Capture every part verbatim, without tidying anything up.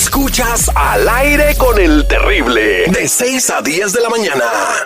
Escuchas Al Aire con el Terrible, de seis a diez de la mañana.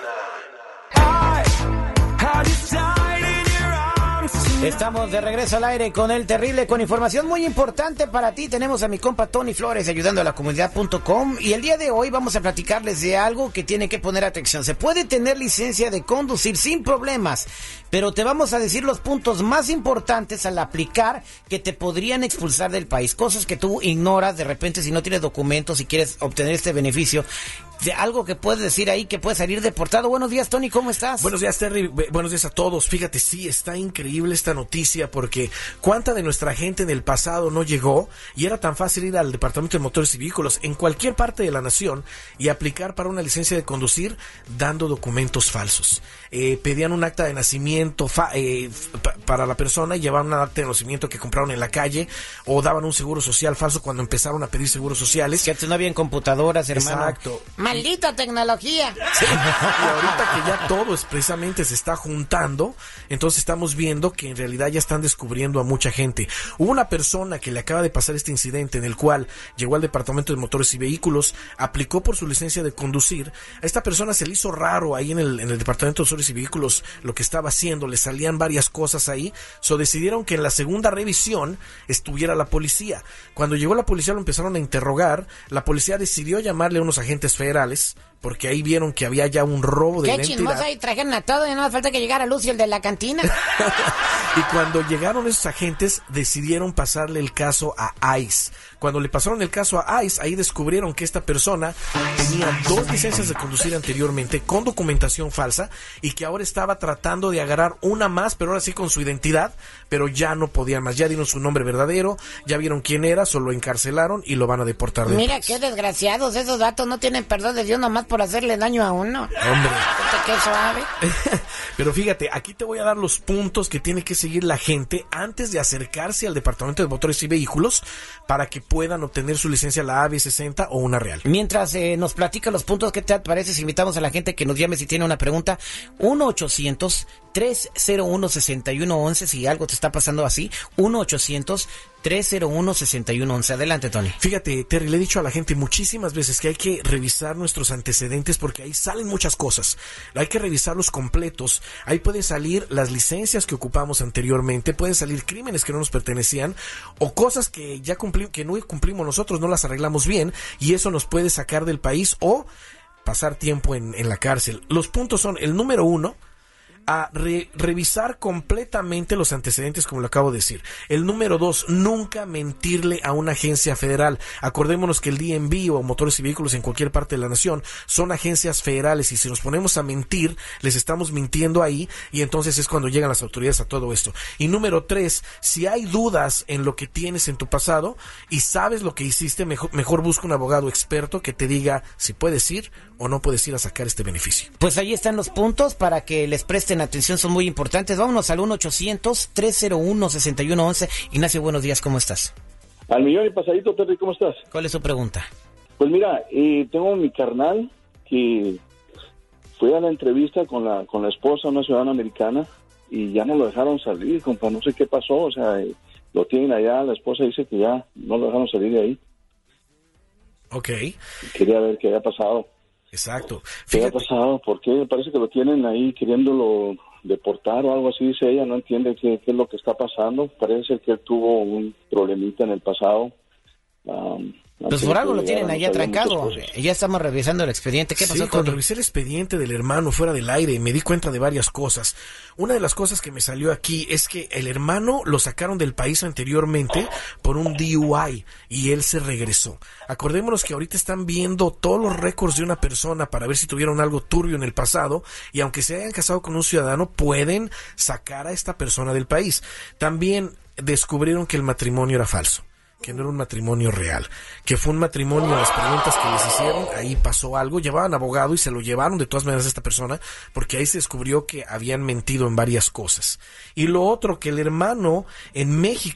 Estamos de regreso al aire con el Terrible, con información muy importante para ti. Tenemos a mi compa Tony Flores ayudando a la comunidad punto com, y el día de hoy vamos a platicarles de algo que tiene que poner atención. Se puede tener licencia de conducir sin problemas, pero te vamos a decir los puntos más importantes al aplicar que te podrían expulsar del país. Cosas que tú ignoras de repente si no tienes documentos y quieres obtener este beneficio. De algo que puedes decir ahí que puedes salir deportado. Buenos días, Tony, ¿cómo estás? Buenos días, Terry. Buenos días a todos. Fíjate, sí, está increíble esta noticia, porque cuánta de nuestra gente en el pasado no llegó y era tan fácil ir al Departamento de Motores y Vehículos en cualquier parte de la nación y aplicar para una licencia de conducir dando documentos falsos. Eh, pedían un acta de nacimiento fa eh, pa para la persona y llevaban un acta de nacimiento que compraron en la calle, o daban un seguro social falso cuando empezaron a pedir seguros sociales. Que antes no habían computadoras, hermano. Exacto. ¡Maldita tecnología! Sí. Y ahorita que ya todo expresamente se está juntando, entonces estamos viendo que en realidad ya están descubriendo a mucha gente. Hubo una persona que le acaba de pasar este incidente en el cual llegó al Departamento de Motores y Vehículos, aplicó por su licencia de conducir. A esta persona se le hizo raro ahí en el, en el Departamento de Motores y Vehículos lo que estaba haciendo, le salían varias cosas ahí, so decidieron que en la segunda revisión estuviera la policía. Cuando llegó la policía lo empezaron a interrogar, la policía decidió llamarle a unos agentes federales, porque ahí vieron que había ya un robo de ¡Qué identidad. chismosa! Y trajeron a todo y no hace falta que llegara Lucio, el de la cantina. Y cuando llegaron esos agentes, decidieron pasarle el caso a ICE. Cuando le pasaron el caso a ICE, ahí descubrieron que esta persona tenía dos licencias de conducir anteriormente con documentación falsa y que ahora estaba tratando de agarrar una más, pero ahora sí con su identidad, pero ya no podían más. Ya dieron su nombre verdadero, ya vieron quién era, solo lo encarcelaron y lo van a deportar de Mira país. qué desgraciados, esos datos no tienen perdón de Dios nomás por hacerle daño a uno. Hombre. Qué suave. Pero fíjate, aquí te voy a dar los puntos que tiene que seguir la gente antes de acercarse al Departamento de Motores y Vehículos para que puedan obtener su licencia, la A B sesenta o una real. Mientras eh, nos platica los puntos, ¿qué te parece si invitamos a la gente que nos llame si tiene una pregunta? uno ochocientos tres cero uno seis uno once, si algo te está pasando así, uno ochocientos tres cero uno seis uno once. Adelante, Tony. Fíjate, Terry, le he dicho a la gente muchísimas veces que hay que revisar nuestros antecedentes porque ahí salen muchas cosas. Hay que revisarlos completos. Ahí pueden salir las licencias que ocupamos anteriormente, pueden salir crímenes que no nos pertenecían o cosas que ya cumplimos, que no cumplimos nosotros, no las arreglamos bien, y eso nos puede sacar del país o pasar tiempo en, en la cárcel. Los puntos son: el número uno, a re revisar completamente los antecedentes, como lo acabo de decir. El número dos, nunca mentirle a una agencia federal. Acordémonos que el D M V o Motores y Vehículos en cualquier parte de la nación son agencias federales, y si nos ponemos a mentir, les estamos mintiendo ahí, y entonces es cuando llegan las autoridades a todo esto. Y número tres, si hay dudas en lo que tienes en tu pasado y sabes lo que hiciste, mejor, mejor busca un abogado experto que te diga si puedes ir o no puedes ir a sacar este beneficio. Pues ahí están los puntos para que les presten atención, son muy importantes. Vámonos al uno ochocientos tres cero uno seis uno once. Ignacio, buenos días, ¿cómo estás? Al millón y pasadito, Terry, ¿cómo estás? ¿Cuál es su pregunta? Pues mira, eh, tengo mi carnal que fue a la entrevista con la con la esposa, una ciudadana americana, y ya no lo dejaron salir, compa, no sé qué pasó, o sea, eh, lo tienen allá, la esposa dice que ya no lo dejaron salir de ahí. Ok. Quería ver qué había pasado. Exacto. ¿Qué Fíjate. ha pasado? ¿Por qué? Parece que lo tienen ahí queriéndolo deportar o algo así, dice ella. No entiende qué, qué es lo que está pasando. Parece que él tuvo un problemita en el pasado. Um, Pues por algo lo tienen ahí atrancado. Ya estamos revisando el expediente. ¿Qué pasó? Sí, cuando revisé el expediente del hermano fuera del aire, me di cuenta de varias cosas. Una de las cosas que me salió aquí es que el hermano lo sacaron del país anteriormente por un D U I y él se regresó. Acordémonos que ahorita están viendo todos los récords de una persona para ver si tuvieron algo turbio en el pasado, y aunque se hayan casado con un ciudadano, pueden sacar a esta persona del país. También descubrieron que el matrimonio era falso, que no era un matrimonio real, que fue un matrimonio, las preguntas que les hicieron, ahí pasó algo, llevaban abogado y se lo llevaron de todas maneras a esta persona, porque ahí se descubrió que habían mentido en varias cosas. Y lo otro, que el hermano en México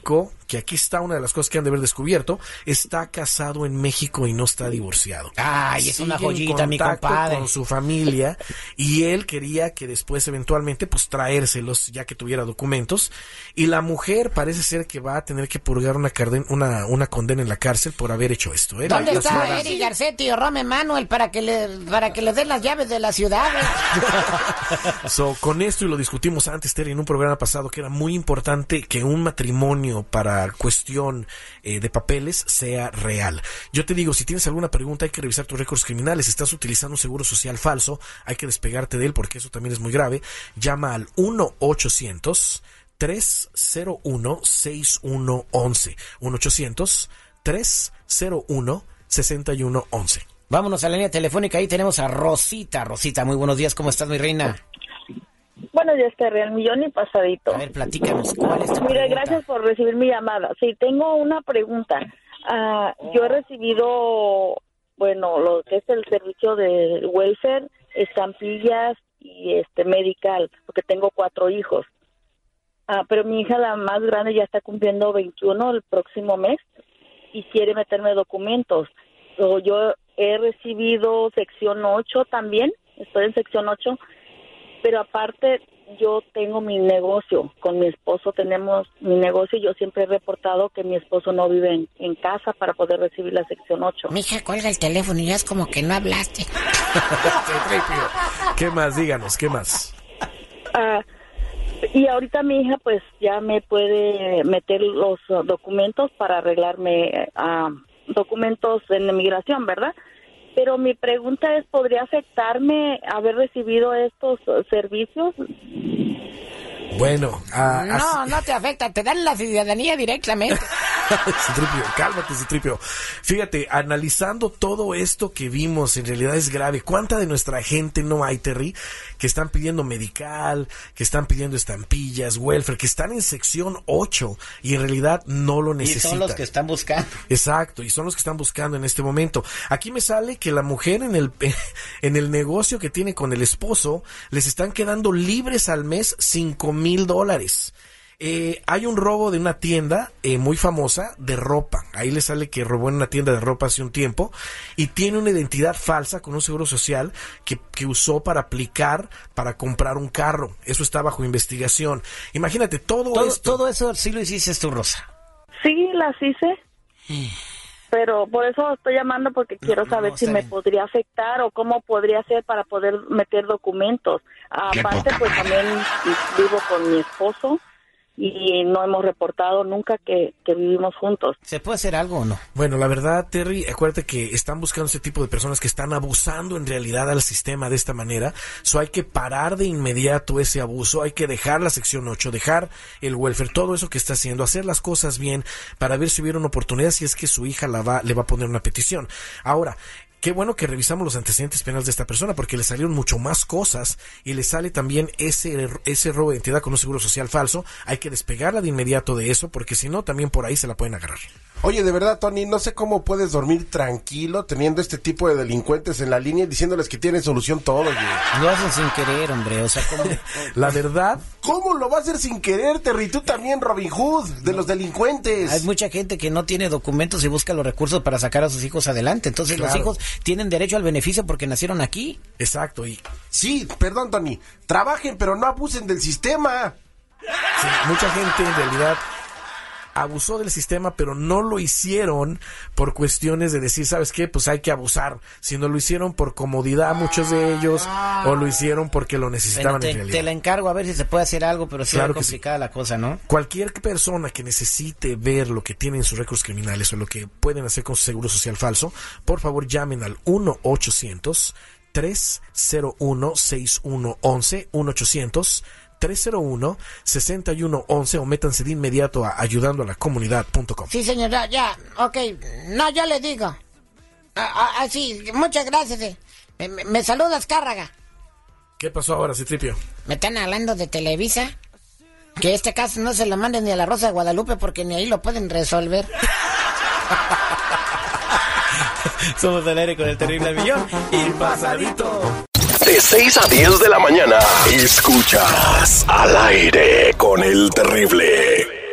que aquí está una de las cosas que han de haber descubierto, está casado en México y no está divorciado. Ay, es una Sigue en joyita, mi contacto compadre. con su familia, y él quería que después eventualmente pues traérselos ya que tuviera documentos, y la mujer parece ser que va a tener que purgar una, carden, una, una condena en la cárcel por haber hecho esto. ¿eh? ¿Dónde La está ciudadana. Eric Garcetti o Rome Manuel para que le para que le den las llaves de la ciudad? So, con esto, y lo discutimos antes, Terry, en un programa pasado, que era muy importante que un matrimonio para cuestión eh, de papeles sea real. Yo te digo, si tienes alguna pregunta, hay que revisar tus récords criminales. Estás utilizando un seguro social falso, hay que despegarte de él porque eso también es muy grave. Llama al uno ochocientos tres cero uno seis uno once. uno ochocientos tres cero uno seis uno once. Vámonos a la línea telefónica, ahí tenemos a Rosita. Rosita, muy buenos días, ¿cómo estás, mi reina? Bueno, ya está real millón y pasadito. A ver, platícanos, ¿cuál es tu Mira, pregunta? gracias por recibir mi llamada. Sí, tengo una pregunta. Uh, yo he recibido, bueno, lo que es el servicio de welfare, estampillas y este medical, porque tengo cuatro hijos. Uh, pero mi hija, la más grande, ya está cumpliendo veintiuno el próximo mes y quiere meterme documentos. So, yo he recibido sección ocho también, estoy en sección ocho, pero aparte yo tengo mi negocio, con mi esposo tenemos mi negocio y yo siempre he reportado que mi esposo no vive en, en casa para poder recibir la sección ocho. Mija, cuelga el teléfono y ya es como que no hablaste. ¿Qué más? Díganos, ¿qué más? Ah, y ahorita mi hija pues ya me puede meter los uh, documentos para arreglarme uh, documentos en inmigración, ¿verdad? Pero mi pregunta es, ¿podría afectarme haber recibido estos uh, servicios? Bueno, ah, No, así- no te afecta, te dan la ciudadanía directamente. Citripio, cálmate, Citripio. Fíjate, analizando todo esto que vimos, en realidad es grave. ¿Cuánta de nuestra gente no hay, Terry, que están pidiendo medical, que están pidiendo estampillas, welfare, que están en sección ocho y en realidad no lo Y necesitan? son los que están buscando. Exacto, y son los que están buscando en este momento. Aquí me sale que la mujer en el en el negocio que tiene con el esposo les están quedando libres al mes cinco mil dólares. Eh, hay un robo de una tienda eh, muy famosa de ropa. Ahí le sale que robó en una tienda de ropa hace un tiempo y tiene una identidad falsa con un seguro social que, que usó para aplicar para comprar un carro. Eso está bajo investigación. Imagínate todo, Todo, esto. todo eso sí lo hiciste tú, Rosa. Sí, las hice. Pero por eso estoy llamando porque quiero no, saber no, si está me bien. podría afectar o cómo podría hacer para poder meter documentos. Aparte, pues también vivo con mi esposo y no hemos reportado nunca que, que vivimos juntos. ¿Se puede hacer algo o no? Bueno, la verdad, Terry, acuérdate que están buscando ese tipo de personas que están abusando en realidad al sistema de esta manera. So hay que parar de inmediato ese abuso, hay que dejar la sección ocho, dejar el welfare, todo eso que está haciendo, hacer las cosas bien para ver si hubiera una oportunidad, si es que su hija la va, le va a poner una petición. Ahora, qué bueno que revisamos los antecedentes penales de esta persona porque le salieron mucho más cosas y le sale también ese, ese robo de identidad con un seguro social falso. Hay que despegarla de inmediato de eso porque si no, también por ahí se la pueden agarrar. Oye, de verdad, Tony, no sé cómo puedes dormir tranquilo teniendo este tipo de delincuentes en la línea y diciéndoles que tienen solución todo, oye. Lo hacen sin querer, hombre, o sea, ¿cómo? La verdad, ¿Cómo lo va a hacer sin querer, Terry? Tú también, Robin Hood, de los delincuentes. Hay mucha gente que no tiene documentos y busca los recursos para sacar a sus hijos adelante. Entonces Claro. los hijos tienen derecho al beneficio porque nacieron aquí. exacto, y Sí, perdón, Tony. Trabajen, pero no abusen del sistema. sí, mucha gente en realidad abusó del sistema, pero no lo hicieron por cuestiones de decir, ¿sabes qué? Pues hay que abusar, sino lo hicieron por comodidad muchos de ellos, o lo hicieron porque lo necesitaban Bueno, te, en realidad. te la encargo a ver si se puede hacer algo, pero sí Claro es que sí. complicada la cosa, ¿no? Cualquier persona que necesite ver lo que tienen en sus récords criminales o lo que pueden hacer con su seguro social falso, por favor llamen al uno ochocientos tres cero uno seis uno once, uno ochocientos tres cero uno seis uno once o métanse de inmediato a ayudando a la comunidad punto com. Sí, señora, ya, ok. No, yo le digo. Ah, ah, ah, sí, muchas gracias. eh. Me, me- me saludas, Cárraga. ¿Qué pasó ahora, Citripio? Me están hablando de Televisa. Que este caso no se lo manden ni a la Rosa de Guadalupe porque ni ahí lo pueden resolver. Somos al aire con el terrible al millón y pasadito. De seis a diez de la mañana, escuchas Al Aire con el Terrible.